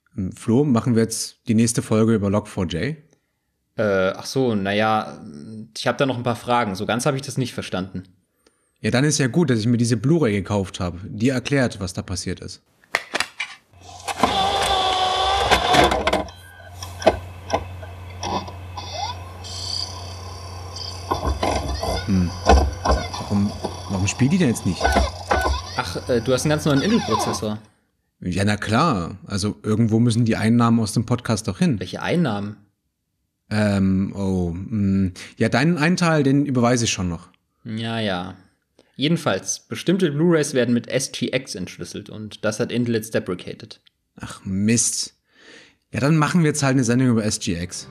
Flo, machen wir jetzt die nächste Folge über Log4j? Ach so, naja, ich habe da noch ein paar Fragen. So ganz habe ich das nicht verstanden. Ja, dann ist ja gut, dass ich mir diese Blu-ray gekauft habe. Die erklärt, was da passiert ist. Warum spielt die denn jetzt nicht? Ach, du hast einen ganz neuen Intel-Prozessor. Ja, na klar. Also irgendwo müssen die Einnahmen aus dem Podcast doch hin. Welche Einnahmen? Ja, deinen einen Teil, den überweise ich schon noch. Ja. Jedenfalls, bestimmte Blu-rays werden mit SGX entschlüsselt und das hat Intel jetzt deprecated. Ach, Mist. Ja, dann machen wir jetzt halt eine Sendung über SGX.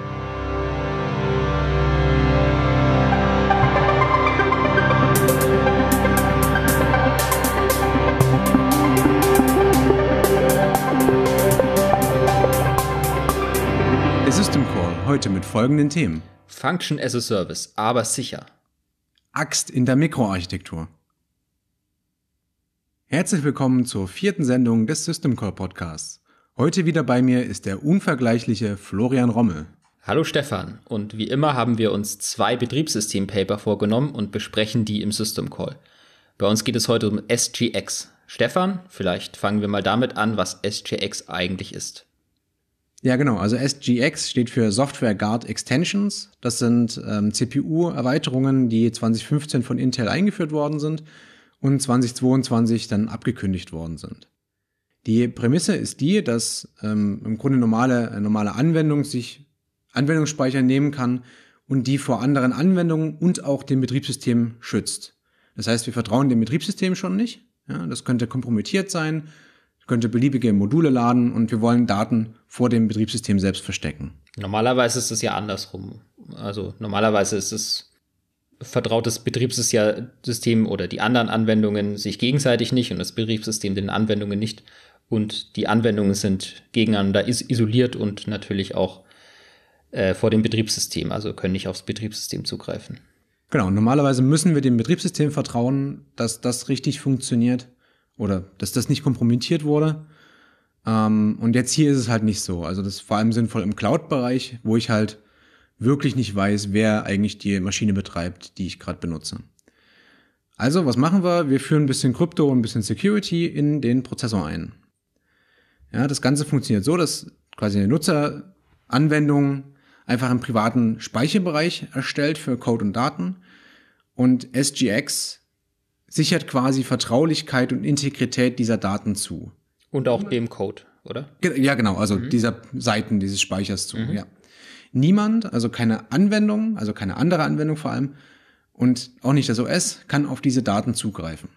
Der System Call, heute mit folgenden Themen. Function as a Service, aber sicher. Axt in der Mikroarchitektur. Herzlich willkommen zur 4. Sendung des System Call Podcasts. Heute wieder bei mir ist der unvergleichliche Florian Rommel. Hallo Stefan, und wie immer haben wir uns 2 Betriebssystem-Paper vorgenommen und besprechen die im System Call. Bei uns geht es heute um SGX. Stefan, vielleicht fangen wir mal damit an, was SGX eigentlich ist. Ja, genau. Also SGX steht für Software Guard Extensions. Das sind CPU-Erweiterungen, die 2015 von Intel eingeführt worden sind und 2022 dann abgekündigt worden sind. Die Prämisse ist die, dass im Grunde normale Anwendung sich Anwendungsspeicher nehmen kann und die vor anderen Anwendungen und auch dem Betriebssystem schützt. Das heißt, wir vertrauen dem Betriebssystem schon nicht. Ja, das könnte kompromittiert sein, könnte beliebige Module laden und wir wollen Daten vor dem Betriebssystem selbst verstecken. Normalerweise ist es ja andersrum. Also normalerweise ist es vertraut das Betriebssystem oder die anderen Anwendungen sich gegenseitig nicht und das Betriebssystem den Anwendungen nicht. Und die Anwendungen sind gegeneinander isoliert und natürlich auch vor dem Betriebssystem, also können nicht aufs Betriebssystem zugreifen. Genau, normalerweise müssen wir dem Betriebssystem vertrauen, dass das richtig funktioniert oder dass das nicht kompromittiert wurde. Und jetzt hier ist es halt nicht so. Also das ist vor allem sinnvoll im Cloud-Bereich, wo ich halt wirklich nicht weiß, wer eigentlich die Maschine betreibt, die ich gerade benutze. Also, was machen wir? Wir führen ein bisschen Krypto und ein bisschen Security in den Prozessor ein. Ja, das Ganze funktioniert so, dass quasi eine Nutzeranwendung einfach einen privaten Speicherbereich erstellt für Code und Daten und SGX sichert quasi Vertraulichkeit und Integrität dieser Daten zu. Und auch dem Code, oder? Ja, genau, also dieser Seiten dieses Speichers zu, ja. Niemand, also keine Anwendung, also keine andere Anwendung vor allem und auch nicht das OS, kann auf diese Daten zugreifen.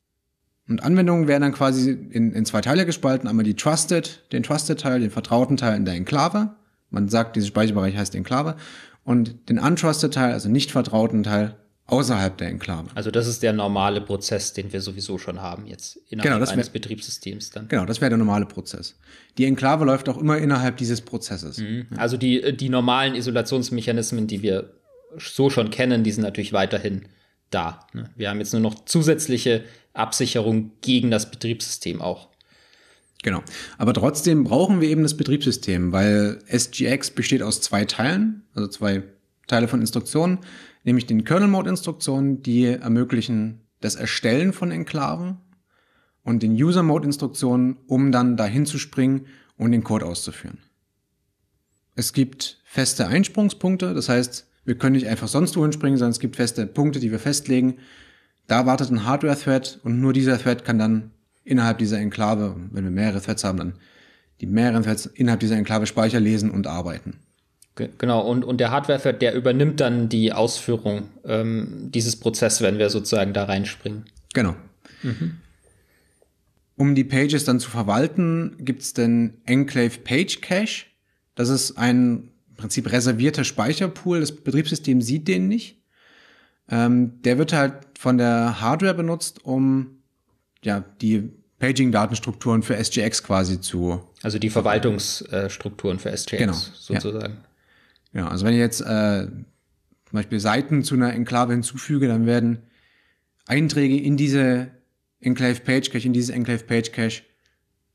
Und Anwendungen werden dann quasi in 2 Teile gespalten. Einmal den Trusted-Teil, den vertrauten Teil in der Enklave. Man sagt, dieser Speicherbereich heißt Enklave. Und den Untrusted-Teil, also nicht vertrauten Teil, außerhalb der Enklave. Also das ist der normale Prozess, den wir sowieso schon haben jetzt innerhalb eines Betriebssystems dann. Genau, das wäre der normale Prozess. Die Enklave läuft auch immer innerhalb dieses Prozesses. Also die normalen Isolationsmechanismen, die wir so schon kennen, die sind natürlich weiterhin da. Ne? Wir haben jetzt nur noch zusätzliche Absicherung gegen das Betriebssystem auch. Genau. Aber trotzdem brauchen wir eben das Betriebssystem, weil SGX besteht aus 2 Teilen, also 2 Teile von Instruktionen, nämlich den Kernel-Mode-Instruktionen, die ermöglichen das Erstellen von Enklaven und den User-Mode-Instruktionen, um dann dahin zu springen und den Code auszuführen. Es gibt feste Einsprungspunkte, das heißt, wir können nicht einfach sonst wohin springen, sondern es gibt feste Punkte, die wir festlegen. Da wartet ein Hardware-Thread und nur dieser Thread kann dann innerhalb dieser Enklave, wenn wir mehrere Threads haben, dann die mehreren Threads innerhalb dieser Enklave Speicher lesen und arbeiten. Genau, und der Hardware-Thread, der übernimmt dann die Ausführung dieses Prozesses, wenn wir sozusagen da reinspringen. Genau. Um die Pages dann zu verwalten, gibt es den Enclave Page Cache. Das ist ein im Prinzip reservierter Speicherpool. Das Betriebssystem sieht den nicht. Der wird halt von der Hardware benutzt, um die Paging-Datenstrukturen für SGX quasi zu... Also die Verwaltungsstrukturen für SGX sozusagen. Ja, also wenn ich jetzt zum Beispiel Seiten zu einer Enklave hinzufüge, dann werden Einträge in diese Enclave Page Cache, in dieses Enclave Page Cache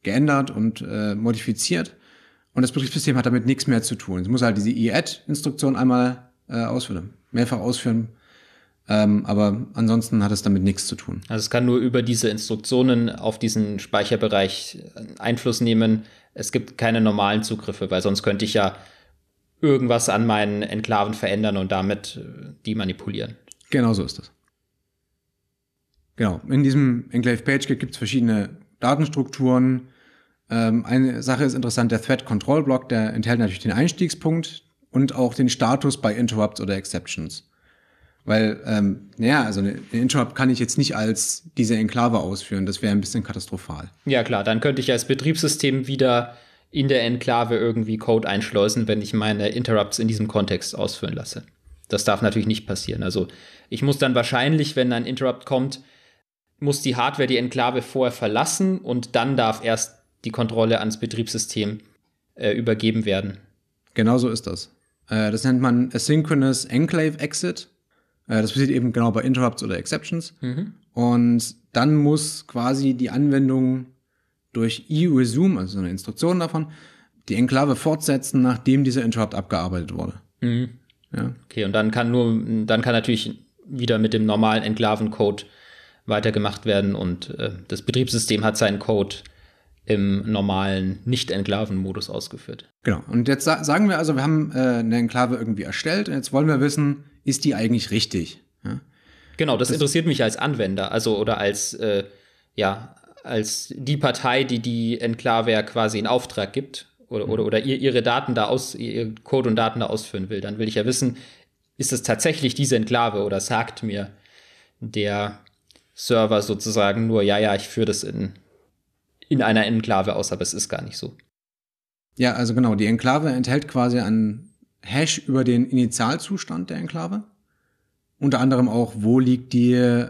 geändert und modifiziert. Und das Betriebssystem hat damit nichts mehr zu tun. Es muss halt diese EAD-Instruktion einmal ausführen, mehrfach ausführen. Aber ansonsten hat es damit nichts zu tun. Also es kann nur über diese Instruktionen auf diesen Speicherbereich Einfluss nehmen. Es gibt keine normalen Zugriffe, weil sonst könnte ich ja irgendwas an meinen Enklaven verändern und damit die manipulieren. Genau so ist das. Genau, in diesem Enclave PageGet gibt es verschiedene Datenstrukturen. Eine Sache ist interessant, der Thread Control Block, der enthält natürlich den Einstiegspunkt und auch den Status bei Interrupts oder Exceptions. Weil, also eine Interrupt kann ich jetzt nicht als diese Enklave ausführen, das wäre ein bisschen katastrophal. Ja klar, dann könnte ich als Betriebssystem wieder in der Enklave irgendwie Code einschleusen, wenn ich meine Interrupts in diesem Kontext ausführen lasse. Das darf natürlich nicht passieren. Also ich muss dann wahrscheinlich, wenn ein Interrupt kommt, muss die Hardware die Enklave vorher verlassen und dann darf erst die Kontrolle ans Betriebssystem übergeben werden. Genau so ist das. Das nennt man Asynchronous Enclave Exit. Das passiert eben genau bei Interrupts oder Exceptions. Und dann muss quasi die Anwendung durch eResume, also eine Instruktion davon, die Enklave fortsetzen, nachdem dieser Interrupt abgearbeitet wurde. Ja. Okay, und dann kann natürlich wieder mit dem normalen Enklavencode weitergemacht werden und das Betriebssystem hat seinen Code im normalen Nicht-Enklaven-Modus ausgeführt. Genau. Und jetzt sagen wir also, wir haben eine Enklave irgendwie erstellt und jetzt wollen wir wissen, ist die eigentlich richtig? Ja? Genau, das interessiert mich als Anwender, also oder als die Partei, die Enklave ja quasi in Auftrag gibt oder ihre Daten ihr Code und Daten da ausführen will. Dann will ich ja wissen, ist es tatsächlich diese Enklave oder sagt mir der Server sozusagen nur, ich führe das in einer Enklave aus, aber es ist gar nicht so. Ja, also genau, die Enklave enthält quasi einen Hash über den Initialzustand der Enklave. Unter anderem auch, wo liegt die,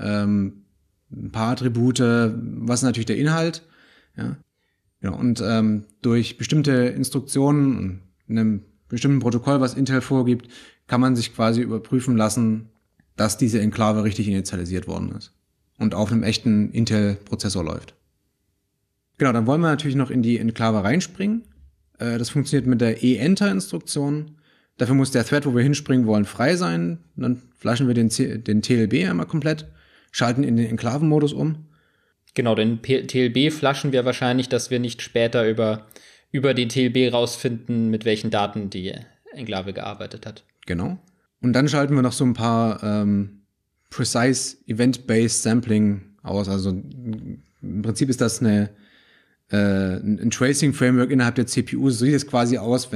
ein paar Attribute, was ist natürlich der Inhalt. Ja, genau, und durch bestimmte Instruktionen und einem bestimmten Protokoll, was Intel vorgibt, kann man sich quasi überprüfen lassen, dass diese Enklave richtig initialisiert worden ist und auf einem echten Intel-Prozessor läuft. Genau, dann wollen wir natürlich noch in die Enklave reinspringen. Das funktioniert mit der E-Enter-Instruktion. Dafür muss der Thread, wo wir hinspringen wollen, frei sein. Dann flashen wir den TLB einmal komplett, schalten in den Enklavenmodus um. Genau, den TLB flashen wir wahrscheinlich, dass wir nicht später über den TLB rausfinden, mit welchen Daten die Enklave gearbeitet hat. Genau. Und dann schalten wir noch so ein paar Precise Event-Based Sampling aus. Also im Prinzip ist das ein Tracing-Framework innerhalb der CPU. So sieht es quasi aus,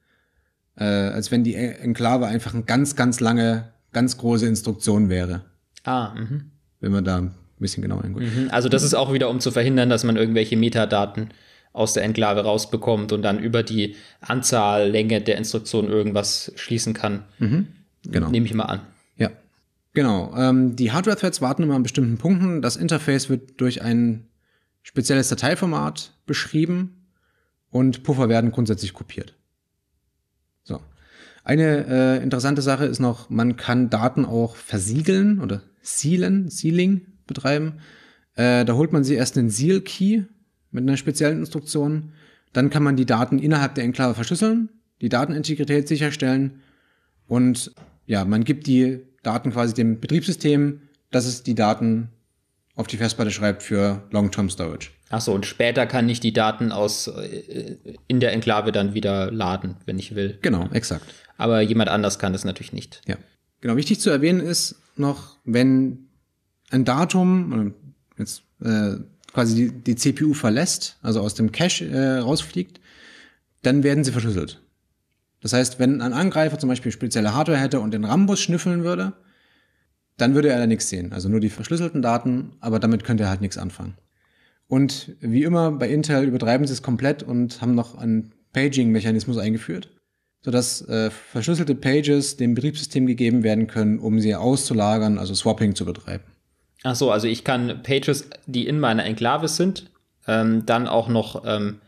als wenn die Enklave einfach eine ganz, ganz lange, ganz große Instruktion wäre. Wenn man da ein bisschen genauer hinguckt. Also das ist auch wieder, um zu verhindern, dass man irgendwelche Metadaten aus der Enklave rausbekommt und dann über die Anzahl, Länge der Instruktion irgendwas schließen kann. Genau. Nehme ich mal an. Ja, genau. Die Hardware-Threads warten immer an bestimmten Punkten. Das Interface wird durch ein spezielles Dateiformat beschrieben und Puffer werden grundsätzlich kopiert. So. Eine interessante Sache ist noch, man kann Daten auch versiegeln oder Sealing betreiben. Da holt man sie erst einen Seal-Key mit einer speziellen Instruktion. Dann kann man die Daten innerhalb der Enklave verschlüsseln, die Datenintegrität sicherstellen und ja, man gibt die Daten quasi dem Betriebssystem, dass es die Daten auf die Festplatte schreibt für Long-Term Storage. Achso, und später kann ich die Daten in der Enklave dann wieder laden, wenn ich will. Genau, exakt. Aber jemand anders kann das natürlich nicht. Ja. Genau, wichtig zu erwähnen ist noch, wenn ein Datum jetzt quasi die CPU verlässt, also aus dem Cache rausfliegt, dann werden sie verschlüsselt. Das heißt, wenn ein Angreifer zum Beispiel spezielle Hardware hätte und den Rambus schnüffeln würde, dann würde er da nichts sehen. Also nur die verschlüsselten Daten, aber damit könnte er halt nichts anfangen. Und wie immer bei Intel übertreiben sie es komplett und haben noch einen Paging-Mechanismus eingeführt, sodass verschlüsselte Pages dem Betriebssystem gegeben werden können, um sie auszulagern, also Swapping zu betreiben. Ach so, also ich kann Pages, die in meiner Enklave sind, dann auch noch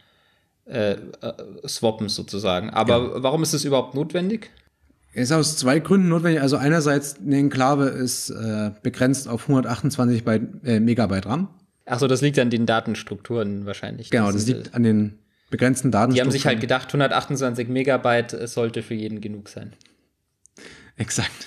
swappen sozusagen. Aber warum ist es überhaupt notwendig? Es ist aus zwei Gründen notwendig. Also einerseits, eine Enklave ist begrenzt auf 128 Megabyte RAM. Achso, das liegt an den Datenstrukturen wahrscheinlich. Genau, das liegt an den begrenzten Datenstrukturen. Die haben sich halt gedacht, 128 Megabyte sollte für jeden genug sein. Exakt.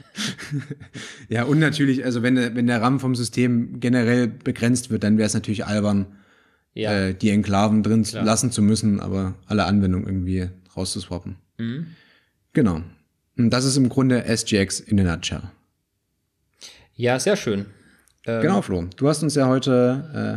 Ja, und natürlich, also wenn der RAM vom System generell begrenzt wird, dann wäre es natürlich albern, die Enklaven drin lassen zu müssen, aber alle Anwendungen irgendwie rauszuswappen. Mhm. Genau. Und das ist im Grunde SGX in a nutshell. Ja, sehr schön. Genau, Flo. Du hast uns ja heute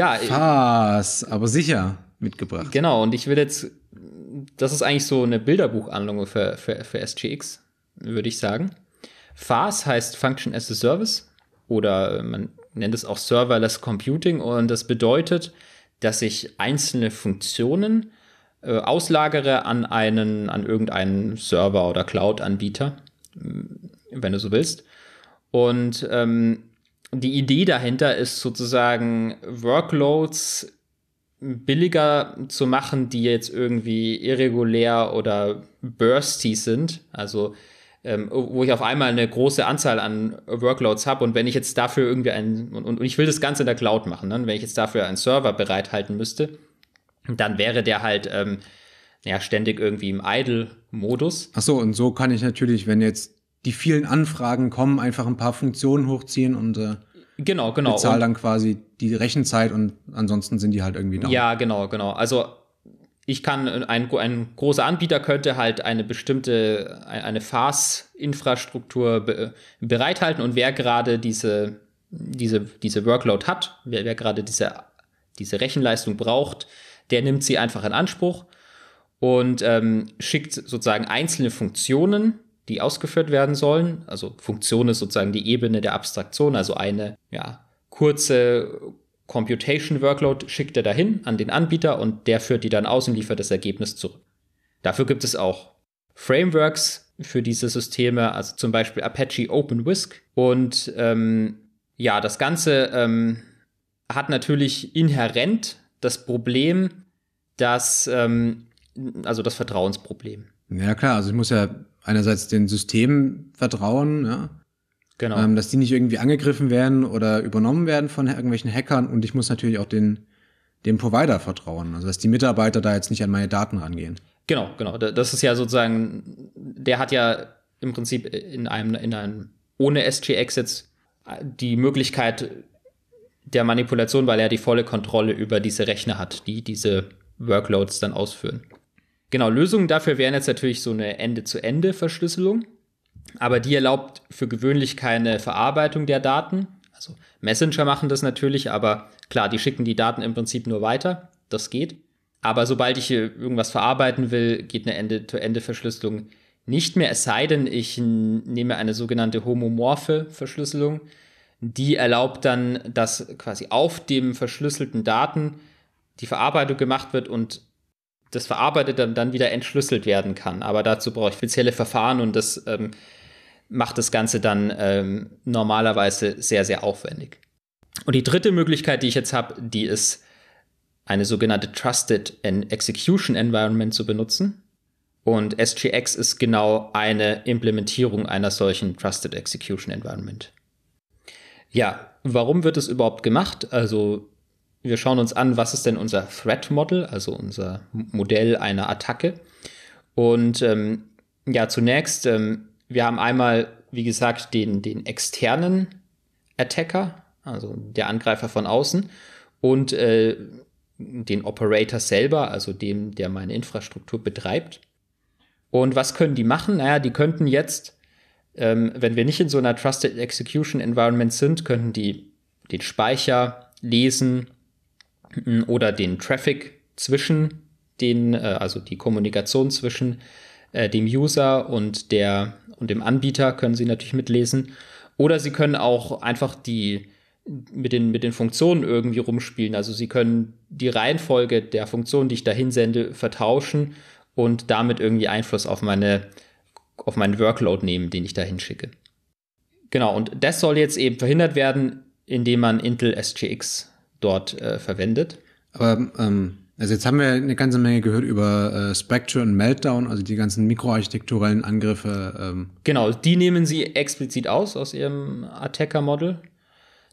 aber sicher mitgebracht. Genau, und ich will jetzt, das ist eigentlich so eine Bilderbuchandlung für SGX, würde ich sagen. FAS heißt Function as a Service oder man nennt es auch Serverless Computing und das bedeutet, dass ich einzelne Funktionen auslagere an irgendeinen Server oder Cloud-Anbieter, wenn du so willst. Und die Idee dahinter ist sozusagen Workloads billiger zu machen, die jetzt irgendwie irregulär oder bursty sind, also wo ich auf einmal eine große Anzahl an Workloads habe und wenn ich jetzt dafür irgendwie und ich will das Ganze in der Cloud machen, ne? Wenn ich jetzt dafür einen Server bereithalten müsste, dann wäre der halt ständig irgendwie im Idle-Modus. Ach so, und so kann ich natürlich, wenn jetzt die vielen Anfragen kommen, einfach ein paar Funktionen hochziehen und genau. bezahle dann quasi die Rechenzeit und ansonsten sind die halt irgendwie da. Ja, genau. Also ich kann, ein großer Anbieter könnte halt eine bestimmte, eine FAS-Infrastruktur bereithalten und wer gerade diese Workload hat, wer gerade diese Rechenleistung braucht, der nimmt sie einfach in Anspruch und schickt sozusagen einzelne Funktionen, die ausgeführt werden sollen. Also Funktion ist sozusagen die Ebene der Abstraktion, also eine kurze Computation Workload schickt er dahin an den Anbieter und der führt die dann aus und liefert das Ergebnis zurück. Dafür gibt es auch Frameworks für diese Systeme, also zum Beispiel Apache OpenWhisk. Und das Ganze hat natürlich inhärent das Problem, das Vertrauensproblem. Ja klar, also ich muss ja einerseits den Systemen vertrauen, ja. Genau. Dass die nicht irgendwie angegriffen werden oder übernommen werden von irgendwelchen Hackern und ich muss natürlich auch dem Provider vertrauen, also dass die Mitarbeiter da jetzt nicht an meine Daten rangehen. Genau. Das ist ja sozusagen, der hat ja im Prinzip in einem ohne SGX jetzt die Möglichkeit der Manipulation, weil er die volle Kontrolle über diese Rechner hat, die diese Workloads dann ausführen. Genau, Lösungen dafür wären jetzt natürlich so eine Ende-zu-Ende-Verschlüsselung. Aber die erlaubt für gewöhnlich keine Verarbeitung der Daten. Also Messenger machen das natürlich, aber klar, die schicken die Daten im Prinzip nur weiter. Das geht. Aber sobald ich hier irgendwas verarbeiten will, geht eine Ende-to-Ende-Verschlüsselung nicht mehr. Es sei denn, ich nehme eine sogenannte homomorphe Verschlüsselung. Die erlaubt dann, dass quasi auf dem verschlüsselten Daten die Verarbeitung gemacht wird und das Verarbeitete dann wieder entschlüsselt werden kann. Aber dazu brauche ich spezielle Verfahren und das macht das Ganze dann normalerweise sehr, sehr aufwendig. Und die dritte Möglichkeit, die ich jetzt habe, die ist eine sogenannte Trusted Execution Environment zu benutzen. Und SGX ist genau eine Implementierung einer solchen Trusted Execution Environment. Ja, warum wird es überhaupt gemacht? Also wir schauen uns an, was ist denn unser Threat Model, also unser Modell einer Attacke. Und zunächst, wir haben einmal, wie gesagt, den externen Attacker, also der Angreifer von außen, und den Operator selber, also dem, der meine Infrastruktur betreibt. Und was können die machen? Naja, die könnten jetzt, wenn wir nicht in so einer Trusted Execution Environment sind, könnten die den Speicher lesen oder den Traffic zwischen also die Kommunikation zwischen dem User und dem Anbieter können sie natürlich mitlesen. Oder sie können auch einfach mit den Funktionen irgendwie rumspielen. Also sie können die Reihenfolge der Funktionen, die ich da hinsende, vertauschen und damit irgendwie Einfluss auf meinen Workload nehmen, den ich da hinschicke. Genau, und das soll jetzt eben verhindert werden, indem man Intel SGX dort verwendet. Aber also jetzt haben wir eine ganze Menge gehört über Spectre und Meltdown, also die ganzen mikroarchitekturellen Angriffe. Genau, die nehmen sie explizit aus ihrem Attacker-Model.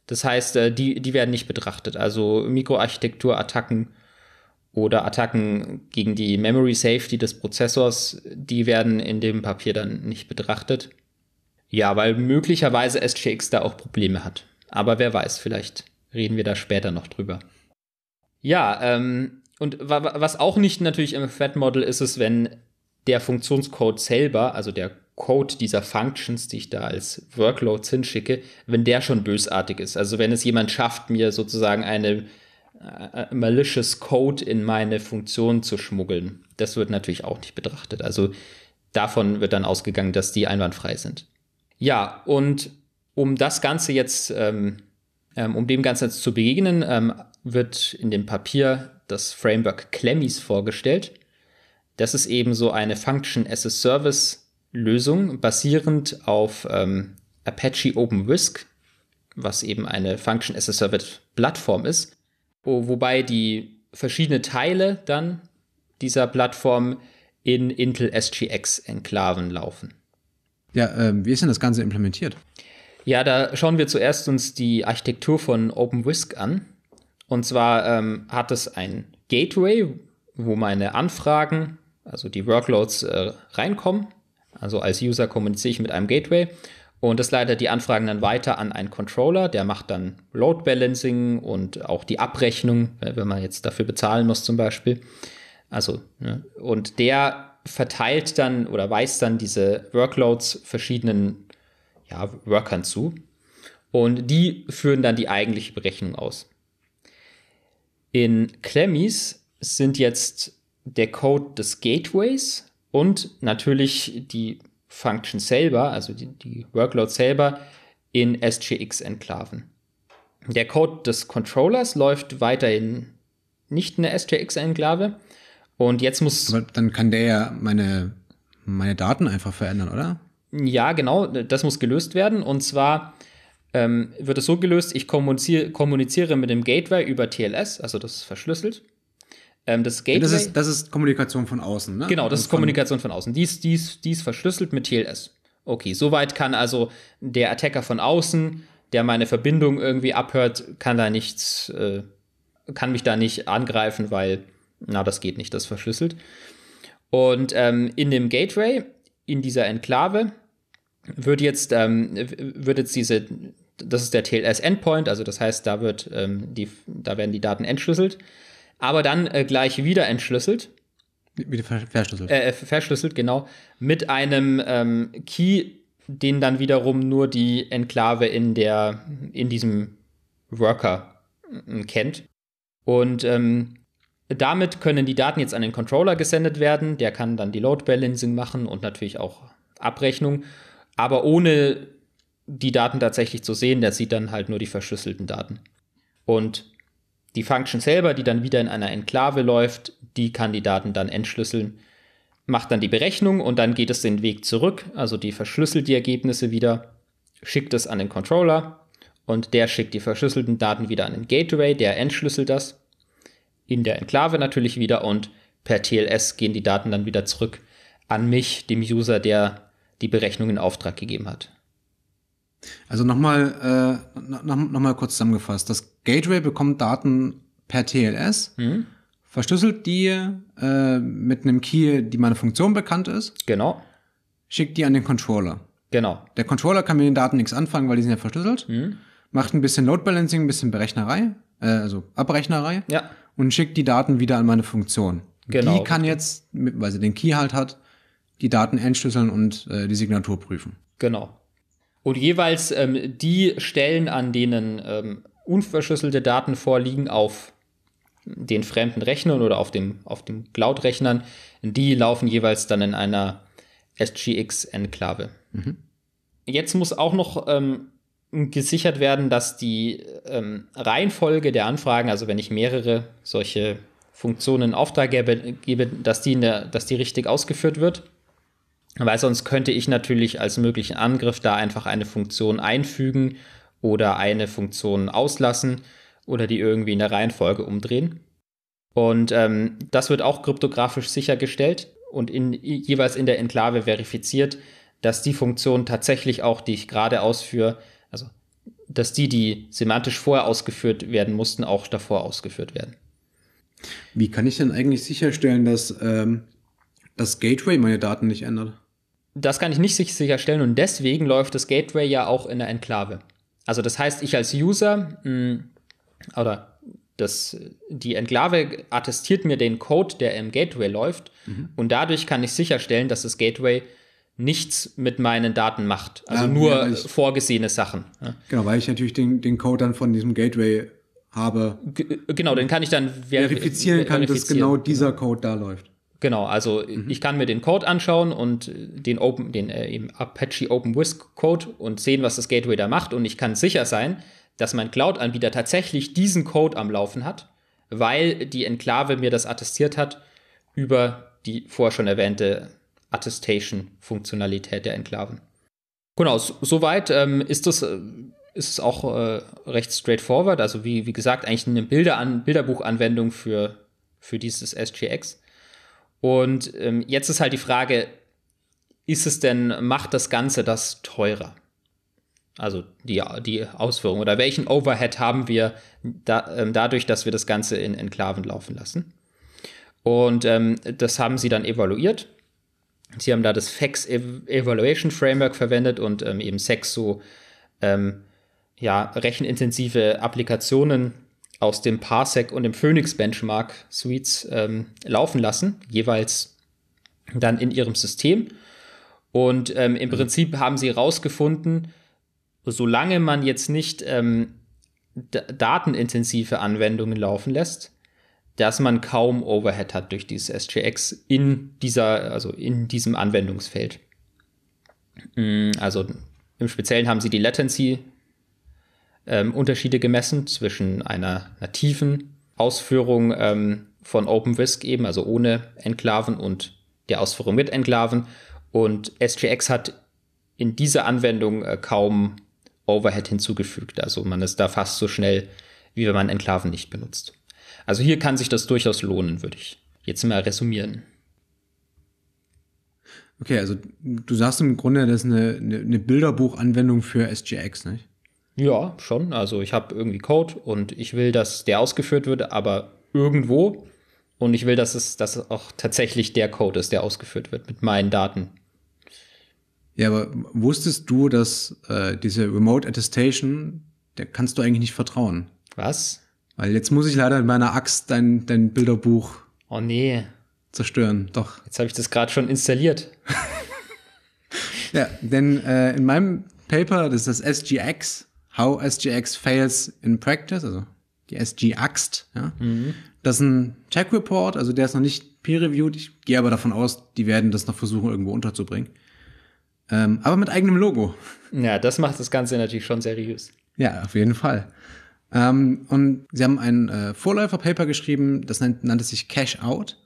Das heißt, die werden nicht betrachtet. Also Mikroarchitekturattacken oder Attacken gegen die Memory Safety des Prozessors, die werden in dem Papier dann nicht betrachtet. Ja, weil möglicherweise SGX da auch Probleme hat. Aber wer weiß, vielleicht reden wir da später noch drüber. Ja, und was auch nicht natürlich im Thread-Model ist, ist, wenn der Funktionscode selber, also der Code dieser Functions, die ich da als Workloads hinschicke, wenn der schon bösartig ist. Also wenn es jemand schafft, mir sozusagen eine malicious Code in meine Funktion zu schmuggeln. Das wird natürlich auch nicht betrachtet. Also davon wird dann ausgegangen, dass die einwandfrei sind. Ja, und um das Ganze jetzt, um dem Ganzen jetzt zu begegnen, wird in dem Papier das Framework Clemmies vorgestellt. Das ist eben so eine Function-as-a-Service-Lösung basierend auf Apache OpenWhisk, was eben eine Function-as-a-Service-Plattform ist, wobei die verschiedenen Teile dann dieser Plattform in Intel SGX-Enklaven laufen. Ja, wie ist denn das Ganze implementiert? Ja, da schauen wir zuerst uns die Architektur von OpenWhisk an. Und zwar hat es ein Gateway, wo meine Anfragen, also die Workloads, reinkommen. Also als User kommuniziere ich mit einem Gateway. Und das leitet die Anfragen dann weiter an einen Controller, der macht dann Load Balancing und auch die Abrechnung, wenn man jetzt dafür bezahlen muss zum Beispiel. Also, ne, und der verteilt dann oder weist dann diese Workloads verschiedenen Workern zu. Und die führen dann die eigentliche Berechnung aus. In Clemmies sind jetzt der Code des Gateways und natürlich die Function selber, also die Workload selber, in SGX-Enklaven. Der Code des Controllers läuft weiterhin nicht in der SGX-Enklave. Und jetzt muss. Aber dann kann der ja meine Daten einfach verändern, oder? Ja, genau, das muss gelöst werden. Und zwar wird es so gelöst, ich kommuniziere mit dem Gateway über TLS, also das ist verschlüsselt. Das Gateway, das ist Kommunikation von außen, ne? Genau, das ist Kommunikation von außen. Die ist verschlüsselt mit TLS. Okay, soweit kann also der Attacker von außen, der meine Verbindung irgendwie abhört, kann mich da nicht angreifen, weil, das geht nicht, das ist verschlüsselt. Und in dem Gateway, in dieser Enklave, wird jetzt das ist der TLS-Endpoint, also das heißt, da werden die Daten entschlüsselt, aber dann gleich wieder entschlüsselt. Wieder verschlüsselt. Verschlüsselt, genau, mit einem Key, den dann wiederum nur die Enklave in diesem Worker kennt. Und damit können die Daten jetzt an den Controller gesendet werden. Der kann dann die Load Balancing machen und natürlich auch Abrechnung. Aber ohne die Daten tatsächlich zu sehen, der sieht dann halt nur die verschlüsselten Daten. Und die Function selber, die dann wieder in einer Enklave läuft, die kann die Daten dann entschlüsseln, macht dann die Berechnung und dann geht es den Weg zurück. Also die verschlüsselt die Ergebnisse wieder, schickt es an den Controller und der schickt die verschlüsselten Daten wieder an den Gateway, der entschlüsselt das. In der Enklave natürlich wieder und per TLS gehen die Daten dann wieder zurück an mich, dem User, der die Berechnung in Auftrag gegeben hat. Also nochmal kurz zusammengefasst. Das Gateway bekommt Daten per TLS, verschlüsselt die mit einem Key, die meiner Funktion bekannt ist. Genau. Schickt die an den Controller. Genau. Der Controller kann mit den Daten nichts anfangen, weil die sind ja verschlüsselt. Macht ein bisschen Load Balancing, ein bisschen Berechnerei, also Abrechnerei. Ja. Und schickt die Daten wieder an meine Funktion. Genau. Die kann jetzt, weil sie den Key halt hat, die Daten entschlüsseln und die Signatur prüfen. Genau. Und jeweils die Stellen, an denen unverschlüsselte Daten vorliegen auf den fremden Rechnern oder auf dem Cloud-Rechnern, die laufen jeweils dann in einer SGX-Enklave. Jetzt muss auch noch gesichert werden, dass die Reihenfolge der Anfragen, also wenn ich mehrere solche Funktionen in Auftrag gebe, dass die richtig ausgeführt wird. Weil sonst könnte ich natürlich als möglichen Angriff da einfach eine Funktion einfügen oder eine Funktion auslassen oder die irgendwie in der Reihenfolge umdrehen. Und das wird auch kryptografisch sichergestellt und jeweils in der Enklave verifiziert, dass die Funktion tatsächlich auch, die ich gerade ausführe, also dass die semantisch vorher ausgeführt werden mussten, auch davor ausgeführt werden. Wie kann ich denn eigentlich sicherstellen, dass das Gateway meine Daten nicht ändert? Das kann ich nicht sicherstellen und deswegen läuft das Gateway ja auch in der Enklave. Also das heißt, ich als User die Enklave attestiert mir den Code, der im Gateway läuft und dadurch kann ich sicherstellen, dass das Gateway nichts mit meinen Daten macht. Also nur vorgesehene Sachen. Ja. Genau, weil ich natürlich den Code dann von diesem Gateway habe. Genau, den kann ich dann verifizieren kann, dass genau dieser Code da läuft. Genau, also ich kann mir den Code anschauen und den eben Apache OpenWhisk Code und sehen, was das Gateway da macht. Und ich kann sicher sein, dass mein Cloud-Anbieter tatsächlich diesen Code am Laufen hat, weil die Enklave mir das attestiert hat über die vorher schon erwähnte Attestation-Funktionalität der Enklaven. Genau, soweit ist es auch recht straightforward. Also wie gesagt, eigentlich eine Bilderbuchanwendung für dieses SGX. Und jetzt ist halt die Frage, macht das Ganze das teurer? Also die Ausführung oder welchen Overhead haben wir dadurch, dass wir das Ganze in Enklaven laufen lassen? Und das haben sie dann evaluiert. Sie haben da das FEX Evaluation Framework verwendet und eben SEX so rechenintensive Applikationen aus dem Parsec und dem Phoenix Benchmark Suites laufen lassen, jeweils dann in ihrem System. Und im Prinzip haben sie herausgefunden, solange man jetzt nicht datenintensive Anwendungen laufen lässt, dass man kaum Overhead hat durch dieses SGX in diesem Anwendungsfeld. Also im Speziellen haben sie die Latency Unterschiede gemessen zwischen einer nativen Ausführung von OpenWhisk eben, also ohne Enklaven und der Ausführung mit Enklaven. Und SGX hat in dieser Anwendung kaum Overhead hinzugefügt. Also man ist da fast so schnell, wie wenn man Enklaven nicht benutzt. Also hier kann sich das durchaus lohnen, würde ich jetzt mal resümieren. Okay, also du sagst im Grunde, das ist eine Bilderbuchanwendung für SGX, nicht? Ja, schon. Also ich habe irgendwie Code und ich will, dass der ausgeführt wird, aber irgendwo. Und ich will, dass es auch tatsächlich der Code ist, der ausgeführt wird mit meinen Daten. Ja, aber wusstest du, dass diese Remote Attestation, der kannst du eigentlich nicht vertrauen? Was? Weil jetzt muss ich leider mit meiner Axt dein Bilderbuch zerstören. Doch. Jetzt habe ich das gerade schon installiert. Ja, denn in meinem Paper, das ist das SGX, How SGX Fails in Practice, also die SG-Axt, ja. Das ist ein Tech-Report, also der ist noch nicht peer-reviewed. Ich gehe aber davon aus, die werden das noch versuchen, irgendwo unterzubringen. Aber mit eigenem Logo. Ja, das macht das Ganze natürlich schon seriös. Ja, auf jeden Fall. Und sie haben ein Vorläuferpaper geschrieben, das nannte sich Cache Out,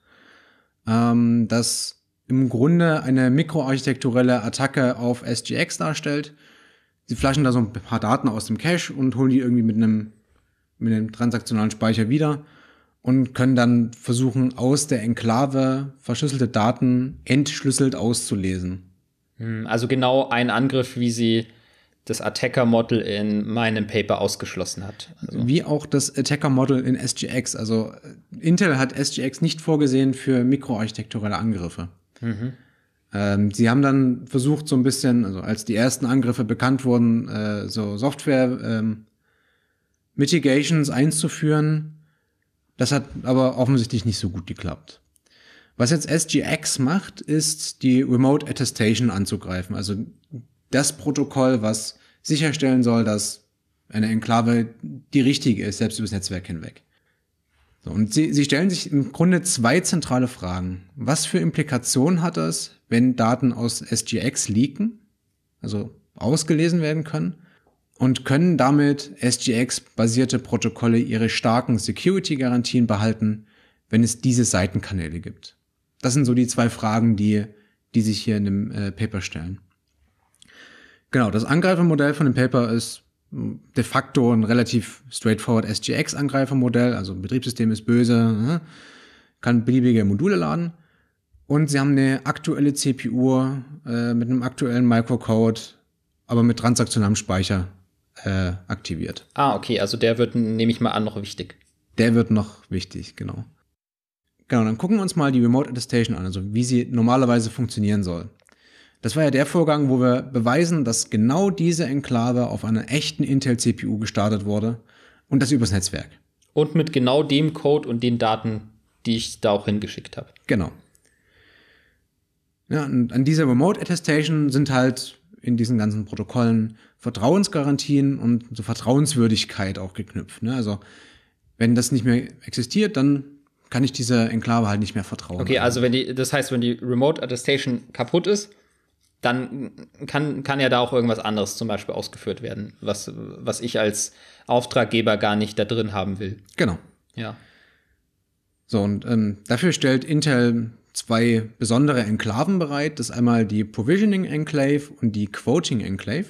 das im Grunde eine mikroarchitekturelle Attacke auf SGX darstellt. Sie flaschen da so ein paar Daten aus dem Cache und holen die irgendwie mit einem transaktionalen Speicher wieder und können dann versuchen, aus der Enklave verschlüsselte Daten entschlüsselt auszulesen. Also genau ein Angriff, wie sie das Attacker-Model in meinem Paper ausgeschlossen hat. Also. Wie auch das Attacker-Model in SGX. Also Intel hat SGX nicht vorgesehen für mikroarchitekturelle Angriffe. Sie haben dann versucht, so ein bisschen, also als die ersten Angriffe bekannt wurden, so Software-Mitigations einzuführen. Das hat aber offensichtlich nicht so gut geklappt. Was jetzt SGX macht, ist die Remote Attestation anzugreifen. Also das Protokoll, was sicherstellen soll, dass eine Enklave die richtige ist, selbst übers Netzwerk hinweg. So, und sie stellen sich im Grunde zwei zentrale Fragen. Was für Implikationen hat das, wenn Daten aus SGX leaken, also ausgelesen werden können? Und können damit SGX-basierte Protokolle ihre starken Security-Garantien behalten, wenn es diese Seitenkanäle gibt? Das sind so die zwei Fragen, die sich hier in dem Paper stellen. Genau, das Angreifermodell von dem Paper ist de facto ein relativ straightforward SGX-Angreifermodell. Also ein Betriebssystem ist böse, kann beliebige Module laden. Und sie haben eine aktuelle CPU mit einem aktuellen Microcode, aber mit transaktionalem Speicher aktiviert. Ah, okay, also der wird, nehme ich mal an, noch wichtig. Der wird noch wichtig, genau. Genau, dann gucken wir uns mal die Remote Attestation an, also wie sie normalerweise funktionieren soll. Das war ja der Vorgang, wo wir beweisen, dass genau diese Enklave auf einer echten Intel-CPU gestartet wurde und das übers Netzwerk. Und mit genau dem Code und den Daten, die ich da auch hingeschickt habe. Genau. Ja, und an dieser Remote Attestation sind halt in diesen ganzen Protokollen Vertrauensgarantien und so Vertrauenswürdigkeit auch geknüpft. Ne? Also wenn das nicht mehr existiert, dann kann ich dieser Enklave halt nicht mehr vertrauen. Okay, also das heißt, wenn die Remote Attestation kaputt ist, dann kann ja da auch irgendwas anderes zum Beispiel ausgeführt werden, was ich als Auftraggeber gar nicht da drin haben will. Genau. Ja. So, und dafür stellt Intel 2 besondere Enklaven bereit. Das ist einmal die Provisioning Enclave und die Quoting Enclave.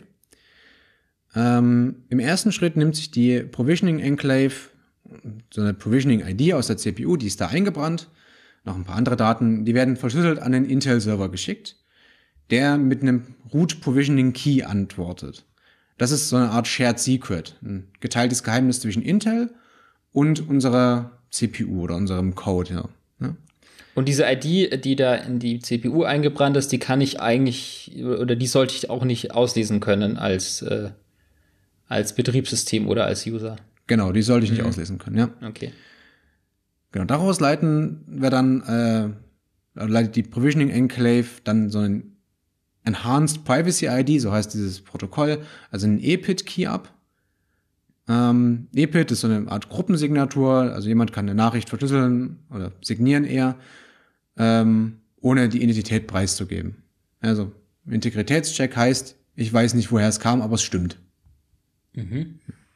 Im ersten Schritt nimmt sich die Provisioning Enclave so eine Provisioning ID aus der CPU, die ist da eingebrannt. Noch ein paar andere Daten, die werden verschlüsselt an den Intel-Server geschickt, der mit einem Root Provisioning Key antwortet. Das ist so eine Art Shared Secret, ein geteiltes Geheimnis zwischen Intel und unserer CPU oder unserem Code. Ja. Und diese ID, die da in die CPU eingebrannt ist, die kann ich eigentlich, oder die sollte ich auch nicht auslesen können als Betriebssystem oder als User. Genau, die sollte ich nicht auslesen können, ja. Okay. Genau, daraus leiten wir dann, leitet die Provisioning Enclave dann so ein Enhanced Privacy ID, so heißt dieses Protokoll, also einen EPID-Key ab. EPID ist so eine Art Gruppensignatur, also jemand kann eine Nachricht verschlüsseln oder signieren eher, ohne die Identität preiszugeben. Also Integritätscheck heißt, ich weiß nicht, woher es kam, aber es stimmt. Mhm.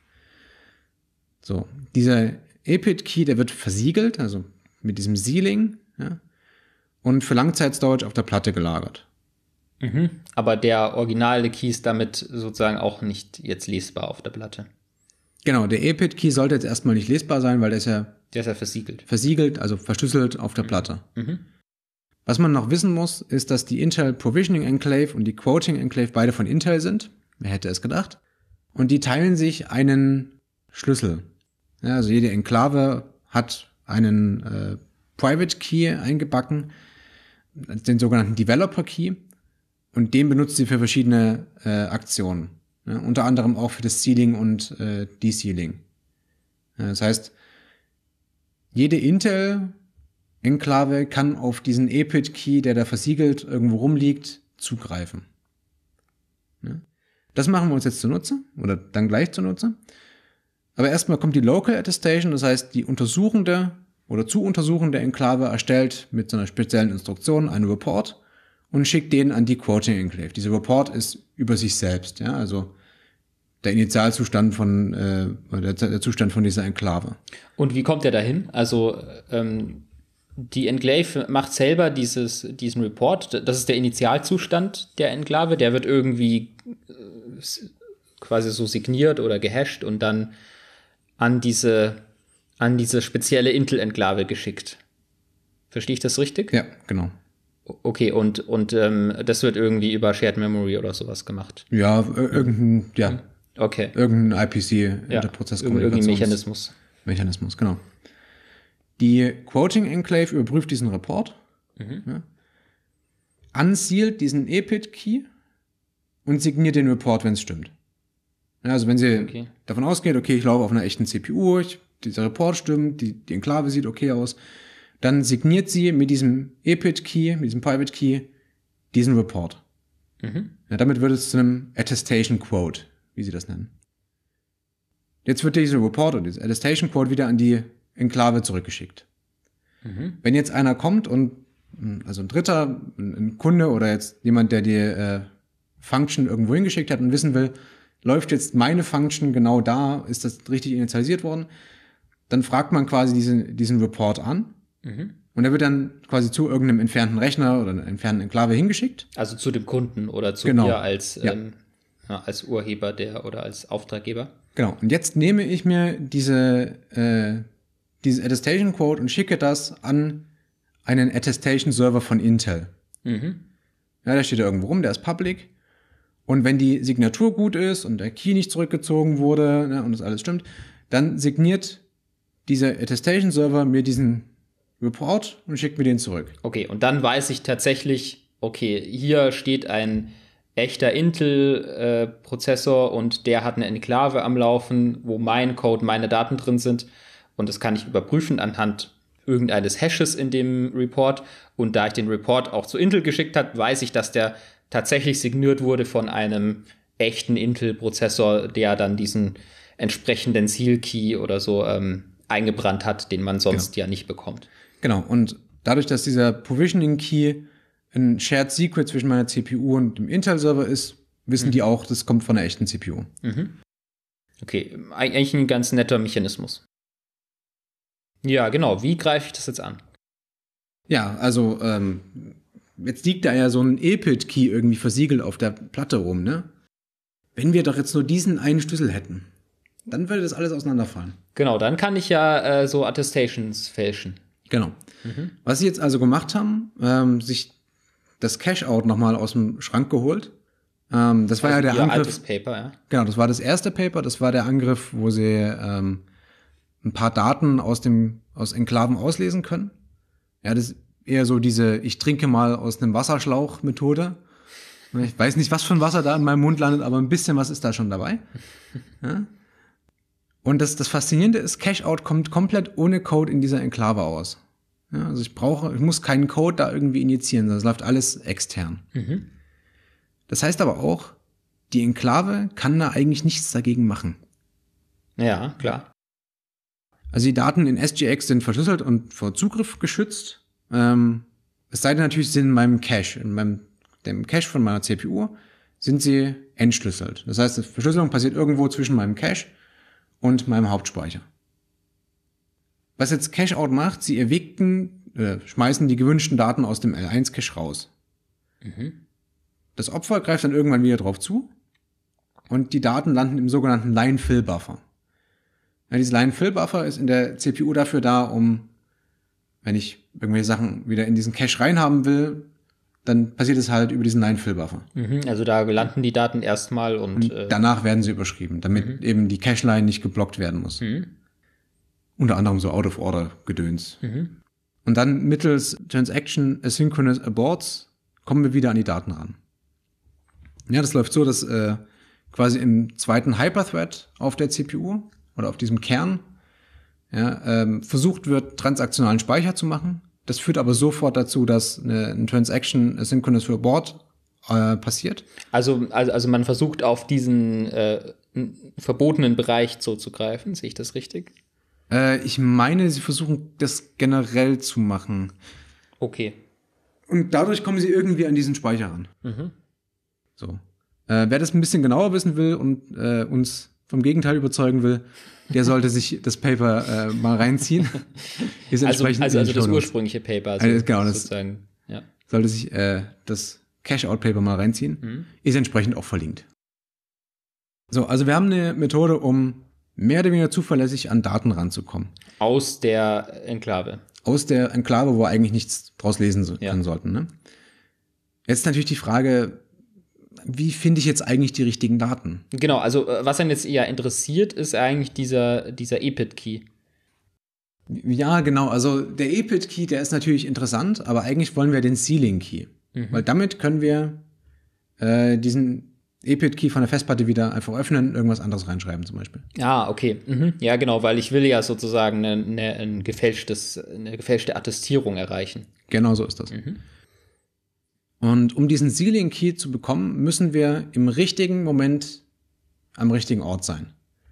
So, dieser EPID-Key, der wird versiegelt, also mit diesem Sealing, ja, und für Langzeitstorage auf der Platte gelagert. Mhm. Aber der originale Key ist damit sozusagen auch nicht jetzt lesbar auf der Platte. Genau, der EPID-Key sollte jetzt erstmal nicht lesbar sein, weil der ist ja versiegelt. Versiegelt, also verschlüsselt auf der Platte. Mhm. Was man noch wissen muss, ist, dass die Intel Provisioning Enclave und die Quoting Enclave beide von Intel sind. Wer hätte es gedacht? Und die teilen sich einen Schlüssel. Ja, also jede Enklave hat einen Private Key eingebacken, den sogenannten Developer Key. Und den benutzt sie für verschiedene Aktionen. Ja, unter anderem auch für das Sealing und Desealing. Ja, das heißt, jede Intel-Enklave kann auf diesen EPID-Key, der da versiegelt irgendwo rumliegt, zugreifen. Ja. Das machen wir uns jetzt zunutze oder dann gleich zunutze. Aber erstmal kommt die Local Attestation, das heißt, die untersuchende oder zu untersuchende Enklave erstellt mit so einer speziellen Instruktion einen Report und schickt den an die Quoting Enclave. Dieser Report ist über sich selbst, ja, also der Initialzustand von der Zustand von dieser Enklave. Und wie kommt der dahin? Also die Enclave macht selber diesen Report. Das ist der Initialzustand der Enklave. Der wird irgendwie quasi so signiert oder gehasht und dann an diese spezielle Intel-Enklave geschickt. Verstehe ich das richtig? Ja, genau. Okay, und das wird irgendwie über Shared Memory oder sowas gemacht. Ja, irgendein IPC, Interprozesskommunikations. Irgendein Mechanismus, genau. Die Quoting Enclave überprüft diesen Report, ja, unsealt diesen EPID-Key und signiert den Report, wenn es stimmt. Ja, also wenn sie davon ausgeht, okay, ich laufe auf einer echten CPU, dieser Report stimmt, die Enklave sieht okay aus, dann signiert sie mit diesem EPID-Key, mit diesem Private-Key, diesen Report. Mhm. Ja, damit wird es zu einem Attestation Quote, wie sie das nennen. Jetzt wird dieser Report oder dieser Attestation Quote wieder an die Enklave zurückgeschickt. Mhm. Wenn jetzt einer kommt und, also ein Dritter, ein Kunde oder jetzt jemand, der die Function irgendwo hingeschickt hat und wissen will, läuft jetzt meine Function genau da, ist das richtig initialisiert worden, dann fragt man quasi diesen Report an. Mhm. Und der wird dann quasi zu irgendeinem entfernten Rechner oder einer entfernten Enklave hingeschickt. Also zu dem Kunden oder zu mir als Urheber oder als Auftraggeber. Genau. Und jetzt nehme ich mir dieses Attestation Quote und schicke das an einen Attestation Server von Intel. Mhm. Ja, der steht da irgendwo rum, der ist public. Und wenn die Signatur gut ist und der Key nicht zurückgezogen wurde, ne, und das alles stimmt, dann signiert dieser Attestation-Server mir diesen Report und schickt mir den zurück. Okay, und dann weiß ich tatsächlich, okay, hier steht ein echter Intel-Prozessor und der hat eine Enklave am Laufen, wo mein Code, meine Daten drin sind. Und das kann ich überprüfen anhand irgendeines Hashes in dem Report. Und da ich den Report auch zu Intel geschickt habe, weiß ich, dass der tatsächlich signiert wurde von einem echten Intel-Prozessor, der dann diesen entsprechenden Seal-Key oder so eingebrannt hat, den man sonst ja nicht bekommt. Genau, und dadurch, dass dieser Provisioning-Key ein Shared Secret zwischen meiner CPU und dem Intel-Server ist, wissen die auch, das kommt von einer echten CPU. Okay, eigentlich ein ganz netter Mechanismus. Ja, genau. Wie greife ich das jetzt an? Ja, also jetzt liegt da ja so ein EPID-Key irgendwie versiegelt auf der Platte rum, ne? Wenn wir doch jetzt nur diesen einen Schlüssel hätten, dann würde das alles auseinanderfallen. Genau, dann kann ich ja so Attestations fälschen. Genau. Was sie jetzt also gemacht haben, sich das Cache-Out nochmal aus dem Schrank geholt. Das war ja der Angriff. Altes Paper, ja. Genau, das war das erste Paper. Das war der Angriff, wo sie ein paar Daten aus Enklaven auslesen können. Ja, das ist eher so diese ich trinke mal aus einem Wasserschlauch-Methode. Ich weiß nicht, was für ein Wasser da in meinem Mund landet, aber ein bisschen was ist da schon dabei. Ja? Und das Faszinierende ist, Cache-Out kommt komplett ohne Code in dieser Enklave aus. Ja, also ich muss keinen Code da irgendwie injizieren, sondern es läuft alles extern. Das heißt aber auch, die Enklave kann da eigentlich nichts dagegen machen. Ja, klar. Also die Daten in SGX sind verschlüsselt und vor Zugriff geschützt. Es sei denn natürlich, sie sind in meinem Cache, dem Cache von meiner CPU, sind sie entschlüsselt. Das heißt, die Verschlüsselung passiert irgendwo zwischen meinem Cache und meinem Hauptspeicher. Was jetzt Cache-Out macht, sie schmeißen die gewünschten Daten aus dem L1-Cache raus. Das Opfer greift dann irgendwann wieder drauf zu und die Daten landen im sogenannten Line-Fill-Buffer. Ja, dieser Line-Fill-Buffer ist in der CPU dafür da, wenn ich irgendwelche Sachen wieder in diesen Cache reinhaben will, dann passiert es halt über diesen Line-Fill-Buffer. Also da landen die Daten erstmal und danach werden sie überschrieben, damit eben die Cache-Line nicht geblockt werden muss. Unter anderem so Out-of-Order-Gedöns. Und dann mittels Transaction Asynchronous Aborts kommen wir wieder an die Daten ran. Ja, das läuft so, dass quasi im zweiten Hyperthread auf der CPU oder auf diesem Kern versucht wird, transaktionalen Speicher zu machen. Das führt aber sofort dazu, dass eine Transaction Asynchronous Abort passiert. Also man versucht auf diesen verbotenen Bereich zuzugreifen, sehe ich das richtig? Ich meine, sie versuchen das generell zu machen. Okay. Und dadurch kommen sie irgendwie an diesen Speicher ran. So. Wer das ein bisschen genauer wissen will und uns vom Gegenteil überzeugen will, der sollte sich das Paper mal reinziehen. Ist also das ursprüngliche Paper. Genau, sozusagen. Ja. Sollte sich das Cache-Out-Paper mal reinziehen. Ist entsprechend auch verlinkt. So, also wir haben eine Methode, um mehr oder weniger zuverlässig an Daten ranzukommen. Aus der Enklave. Aus der Enklave, wo wir eigentlich nichts draus lesen können sollten. Ne? Jetzt natürlich die Frage, wie finde ich jetzt eigentlich die richtigen Daten? Genau, also was einen jetzt eher interessiert, ist eigentlich dieser EPID-Key. Ja, genau, also der EPID-Key, der ist natürlich interessant, aber eigentlich wollen wir den Sealing-Key. Weil damit können wir diesen EPID-Key von der Festplatte wieder einfach öffnen, irgendwas anderes reinschreiben zum Beispiel. Ah, okay. Ja, genau, weil ich will ja sozusagen eine gefälschte Attestierung erreichen. Genau so ist das. Und um diesen Sealing-Key zu bekommen, müssen wir im richtigen Moment am richtigen Ort sein.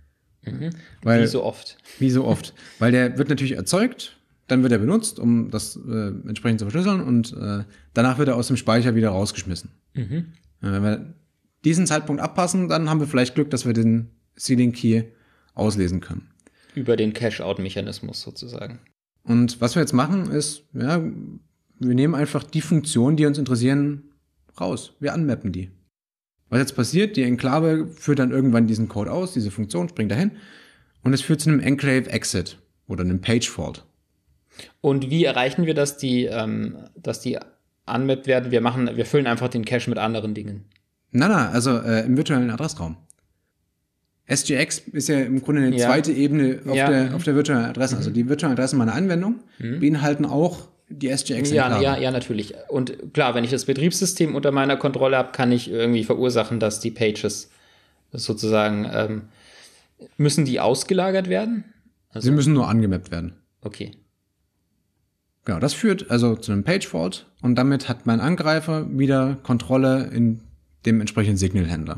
Wie so oft. Wie so oft. Weil der wird natürlich erzeugt, dann wird er benutzt, um das entsprechend zu verschlüsseln und danach wird er aus dem Speicher wieder rausgeschmissen. Wenn wir diesen Zeitpunkt abpassen, dann haben wir vielleicht Glück, dass wir den Sealing-Key auslesen können. Über den Cache-Out-Mechanismus sozusagen. Und was wir jetzt machen ist, wir nehmen einfach die Funktionen, die uns interessieren, raus. Wir unmappen die. Was jetzt passiert, die Enklave führt dann irgendwann diesen Code aus, diese Funktion springt dahin und es führt zu einem Enclave-Exit oder einem Page-Fault. Und wie erreichen wir, dass die unmappt werden? Wir füllen einfach den Cache mit anderen Dingen. Also im virtuellen Adressraum. SGX ist ja im Grunde eine zweite Ebene auf der virtuellen Adresse. Also die virtuellen Adressen meiner Anwendung beinhalten auch die SGX-Enklave. Ja, natürlich. Und klar, wenn ich das Betriebssystem unter meiner Kontrolle habe, kann ich irgendwie verursachen, dass die Pages sozusagen, müssen die ausgelagert werden? Sie müssen nur angemappt werden. Okay. Genau, das führt also zu einem Page-Fault und damit hat mein Angreifer wieder Kontrolle in dem entsprechenden Signal-Händler.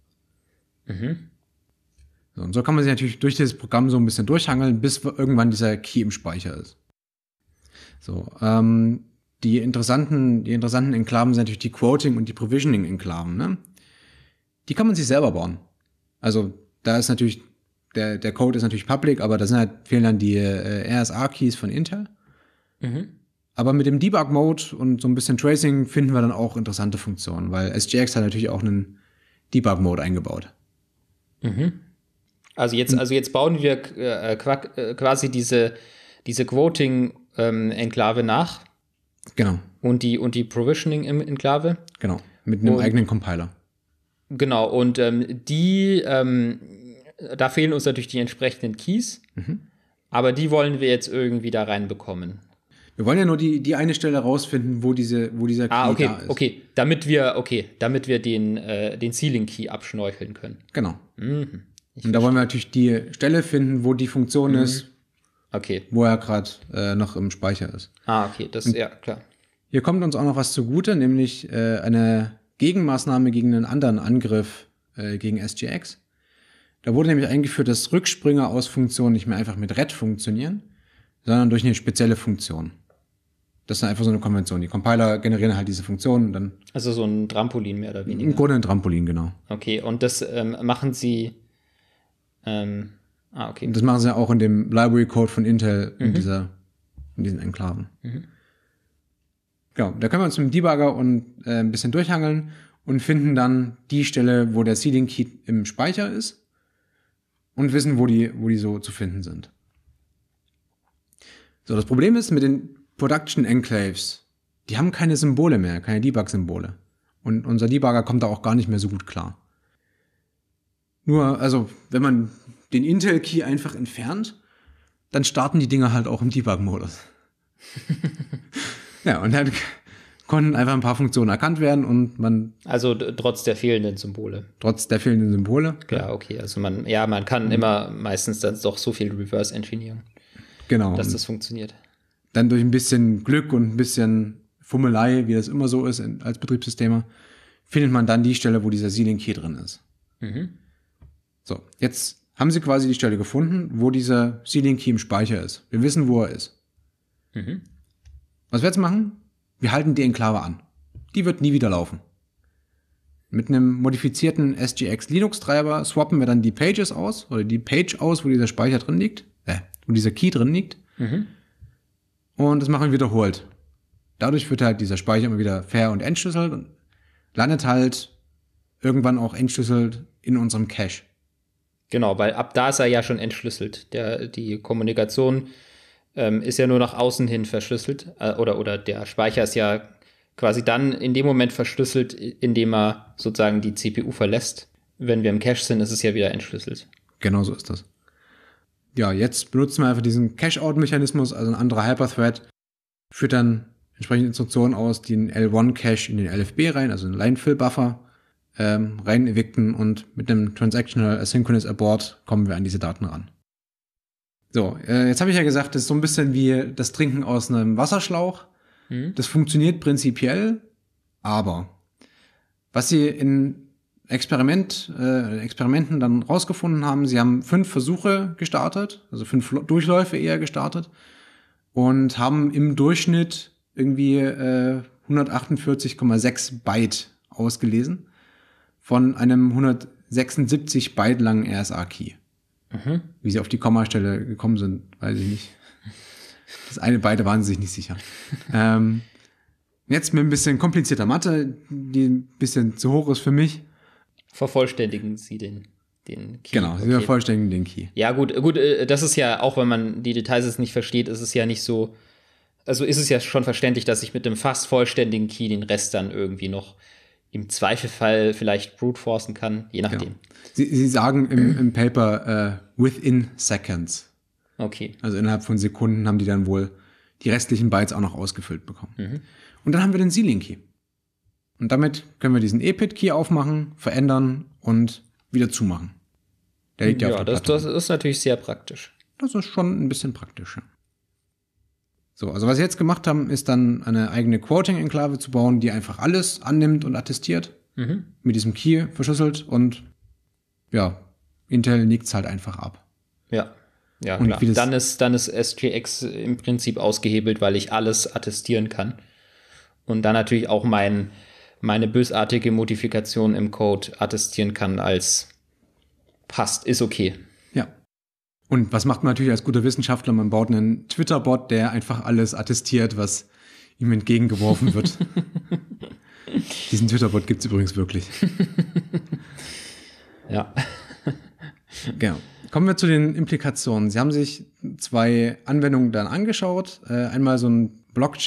So, und so kann man sich natürlich durch dieses Programm so ein bisschen durchhangeln, bis irgendwann dieser Key im Speicher ist. So, die interessanten Enklaven sind natürlich die Quoting- und die Provisioning-Enklaven. Ne? Die kann man sich selber bauen. Also da ist natürlich, der Code ist natürlich public, aber da fehlen dann die RSA-Keys von Intel. Aber mit dem Debug-Mode und so ein bisschen Tracing finden wir dann auch interessante Funktionen, weil SGX hat natürlich auch einen Debug-Mode eingebaut. Also jetzt bauen wir quasi diese Quoting-Enklave nach. Genau. Und die Provisioning-Enklave. Genau, mit einem eigenen Compiler. Genau, und da fehlen uns natürlich die entsprechenden Keys, aber die wollen wir jetzt irgendwie da reinbekommen. Wir wollen ja nur die eine Stelle rausfinden, wo dieser Key da ist. Okay, damit wir den Ceiling-Key abschnorcheln können. Genau. Und da wollen wir natürlich die Stelle finden, wo die Funktion ist, wo er gerade noch im Speicher ist. Okay, ja, klar. Hier kommt uns auch noch was zugute, nämlich eine Gegenmaßnahme gegen einen anderen Angriff gegen SGX. Da wurde nämlich eingeführt, dass Rücksprünge aus Funktionen nicht mehr einfach mit ret funktionieren, sondern durch eine spezielle Funktion. Das ist einfach so eine Konvention. Die Compiler generieren halt diese Funktionen. Dann also so ein Trampolin mehr oder weniger. Im Grunde ein Trampolin, genau. Okay, und das machen sie okay. Das machen sie auch in dem Library-Code von Intel in diesen Enklaven. Genau, da können wir uns mit dem Debugger und ein bisschen durchhangeln und finden dann die Stelle, wo der Seeding Key im Speicher ist und wissen, wo die so zu finden sind. So, das Problem ist mit den Production Enclaves, die haben keine Symbole mehr, keine Debug-Symbole. Und unser Debugger kommt da auch gar nicht mehr so gut klar. Nur, also, wenn man den Intel-Key einfach entfernt, dann starten die Dinger halt auch im Debug-Modus. Ja, und dann konnten einfach ein paar Funktionen erkannt werden und man... Also trotz der fehlenden Symbole. Trotz der fehlenden Symbole. Ja, okay. Also man kann immer meistens dann doch so viel Reverse-Engineering, dass das funktioniert. Dann durch ein bisschen Glück und ein bisschen Fummelei, wie das immer so ist als Betriebssystemer, findet man dann die Stelle, wo dieser Sealing Key drin ist. So, jetzt haben sie quasi die Stelle gefunden, wo dieser Sealing Key im Speicher ist. Wir wissen, wo er ist. Was wir jetzt machen? Wir halten die Enklave an. Die wird nie wieder laufen. Mit einem modifizierten SGX Linux-Treiber swappen wir dann die Pages aus, oder die Page aus, wo dieser Speicher drin liegt, wo dieser Key drin liegt. Und das machen wir wiederholt. Dadurch wird halt dieser Speicher immer wieder fair und entschlüsselt und landet halt irgendwann auch entschlüsselt in unserem Cache. Genau, weil ab da ist er ja schon entschlüsselt. Die Kommunikation ist ja nur nach außen hin verschlüsselt. Oder der Speicher ist ja quasi dann in dem Moment verschlüsselt, indem er sozusagen die CPU verlässt. Wenn wir im Cache sind, ist es ja wieder entschlüsselt. Genau so ist das. Ja, jetzt benutzen wir einfach diesen Cache-Out-Mechanismus, also ein anderer Hyperthread, führt dann entsprechende Instruktionen aus, die den L1-Cache in den LFB rein, also einen Line-Fill-Buffer, rein evicten und mit einem Transactional Asynchronous Abort kommen wir an diese Daten ran. So, jetzt habe ich ja gesagt, das ist so ein bisschen wie das Trinken aus einem Wasserschlauch. Das funktioniert prinzipiell, aber was sie in Experimenten dann rausgefunden haben, sie haben 5 Versuche gestartet, also 5 Durchläufe eher gestartet und haben im Durchschnitt irgendwie 148,6 Byte ausgelesen von einem 176 Byte langen RSA-Key. Wie sie auf die Kommastelle gekommen sind, weiß ich nicht. Das eine Byte waren sie sich nicht sicher. Jetzt mit ein bisschen komplizierter Mathe, die ein bisschen zu hoch ist für mich. Vervollständigen Sie den Key. Genau, Sie vervollständigen den Key. Ja, gut, das ist ja, auch wenn man die Details jetzt nicht versteht, ist es ja nicht so, also ist es ja schon verständlich, dass ich mit dem fast vollständigen Key den Rest dann irgendwie noch im Zweifelfall vielleicht brute forcen kann, je nachdem. Ja. Sie sagen im Paper within seconds. Okay. Also innerhalb von Sekunden haben die dann wohl die restlichen Bytes auch noch ausgefüllt bekommen. Und dann haben wir den Sealing-Key. Und damit können wir diesen EPID-Key aufmachen, verändern und wieder zumachen. Der liegt ja auf der Platte. Das ist natürlich sehr praktisch. Das ist schon ein bisschen praktisch. Ja. So, also was wir jetzt gemacht haben, ist dann eine eigene Quoting-Enklave zu bauen, die einfach alles annimmt und attestiert. Mit diesem Key verschlüsselt und ja, Intel nickt's halt einfach ab. Ja, und klar. Dann ist SGX im Prinzip ausgehebelt, weil ich alles attestieren kann. Und dann natürlich auch meine bösartige Modifikation im Code attestieren kann als passt, ist okay. Ja. Und was macht man natürlich als guter Wissenschaftler? Man baut einen Twitter-Bot, der einfach alles attestiert, was ihm entgegengeworfen wird. Diesen Twitter-Bot gibt's übrigens wirklich. Ja. Genau. Kommen wir zu den Implikationen. Sie haben sich 2 Anwendungen dann angeschaut. Einmal so ein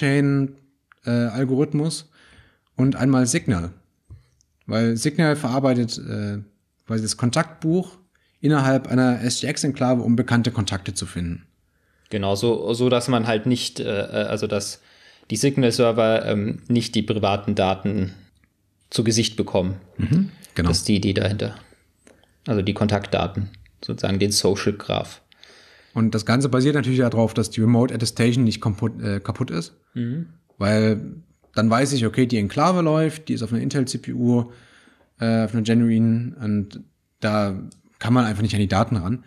Blockchain-Algorithmus und einmal Signal. Weil Signal verarbeitet quasi das Kontaktbuch innerhalb einer SGX-Enklave, um bekannte Kontakte zu finden. Genau, so dass man halt nicht, also dass die Signal-Server nicht die privaten Daten zu Gesicht bekommen. Genau. Das ist die Idee dahinter. Also die Kontaktdaten, sozusagen den Social Graph. Und das Ganze basiert natürlich darauf, dass die Remote Attestation nicht kaputt ist. Weil dann weiß ich, okay, die Enklave läuft, die ist auf einer Intel-CPU, auf einer Genuine, und da kann man einfach nicht an die Daten ran.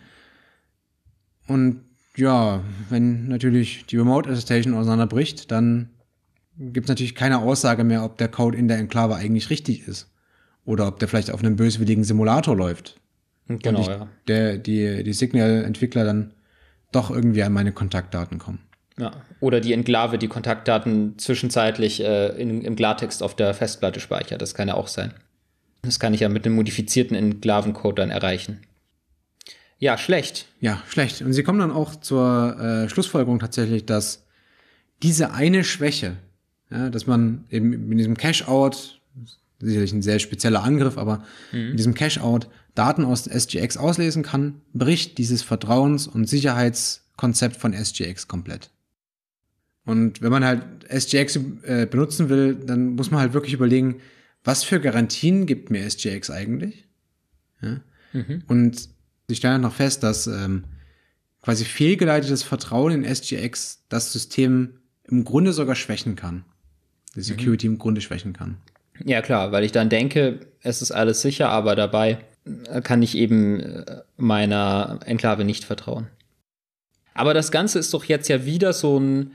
Und ja, wenn natürlich die Remote Attestation auseinanderbricht, dann gibt es natürlich keine Aussage mehr, ob der Code in der Enklave eigentlich richtig ist. Oder ob der vielleicht auf einem böswilligen Simulator läuft. Genau, ja. Die Signal-Entwickler dann doch irgendwie an meine Kontaktdaten kommen. Ja. Oder die Enklave die Kontaktdaten zwischenzeitlich im Klartext auf der Festplatte speichert. Das kann ja auch sein. Das kann ich ja mit einem modifizierten Enklavencode dann erreichen. Ja, schlecht. Ja, schlecht. Und sie kommen dann auch zur Schlussfolgerung tatsächlich, dass diese eine Schwäche, ja, dass man eben mit diesem Cache-Out, sicherlich ein sehr spezieller Angriff, aber mit diesem Cache-Out Daten aus SGX auslesen kann, bricht dieses Vertrauens- und Sicherheitskonzept von SGX komplett. Und wenn man halt SGX benutzen will, dann muss man halt wirklich überlegen, was für Garantien gibt mir SGX eigentlich? Ja? Und sie stellen noch fest, dass quasi fehlgeleitetes Vertrauen in SGX das System im Grunde sogar schwächen kann. Die Security im Grunde schwächen kann. Ja, klar, weil ich dann denke, es ist alles sicher, aber dabei kann ich eben meiner Enklave nicht vertrauen. Aber das Ganze ist doch jetzt ja wieder so ein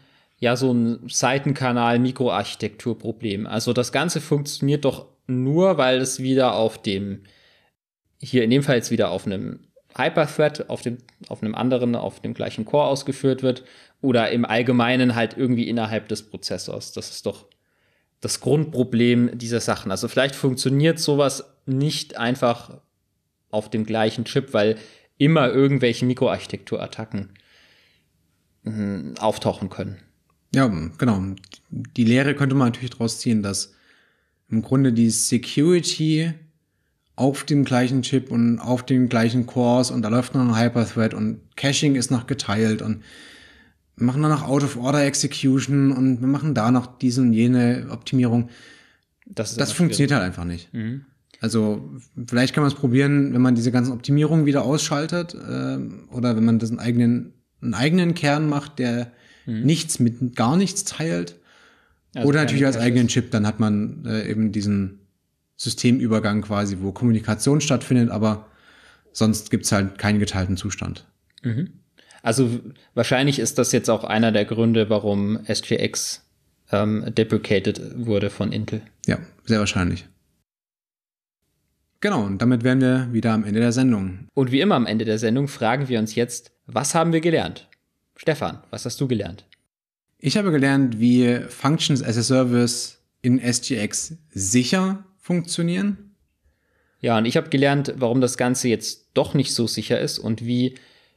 Seitenkanal-Mikroarchitekturproblem. Also das Ganze funktioniert doch nur, weil es wieder hier in dem Fall jetzt wieder auf einem Hyperthread, auf dem gleichen Core ausgeführt wird oder im Allgemeinen halt irgendwie innerhalb des Prozessors. Das ist doch das Grundproblem dieser Sachen. Also vielleicht funktioniert sowas nicht einfach auf dem gleichen Chip, weil immer irgendwelche Mikroarchitekturattacken auftauchen können. Ja, genau. Die Lehre könnte man natürlich daraus ziehen, dass im Grunde die Security auf dem gleichen Chip und auf den gleichen Cores und da läuft noch ein Hyperthread und Caching ist noch geteilt und wir machen dann noch Out-of-Order-Execution und wir machen da noch diese und jene Optimierung. Das funktioniert halt einfach nicht. Also vielleicht kann man es probieren, wenn man diese ganzen Optimierungen wieder ausschaltet oder wenn man das einen eigenen Kern macht, der nichts mit gar nichts teilt. Also oder natürlich als eigenen Chip, dann hat man eben diesen Systemübergang quasi, wo Kommunikation stattfindet, aber sonst gibt's halt keinen geteilten Zustand. Also wahrscheinlich ist das jetzt auch einer der Gründe, warum SGX deprecated wurde von Intel. Ja, sehr wahrscheinlich. Genau, und damit wären wir wieder am Ende der Sendung. Und wie immer am Ende der Sendung fragen wir uns jetzt, was haben wir gelernt? Stefan, was hast du gelernt? Ich habe gelernt, wie Functions as a Service in SGX sicher funktionieren. Ja, und ich habe gelernt, warum das Ganze jetzt doch nicht so sicher ist und wie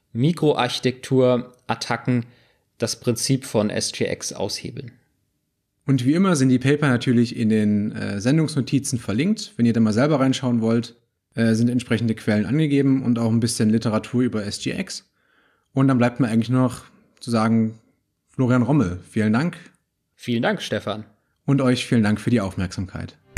Mikroarchitektur-Attacken das Prinzip von SGX aushebeln. Und wie immer sind die Paper natürlich in den Sendungsnotizen verlinkt. Wenn ihr da mal selber reinschauen wollt, sind entsprechende Quellen angegeben und auch ein bisschen Literatur über SGX. Und dann bleibt mir eigentlich nur noch zu sagen, Florian Rommel, vielen Dank. Vielen Dank, Stefan. Und euch vielen Dank für die Aufmerksamkeit.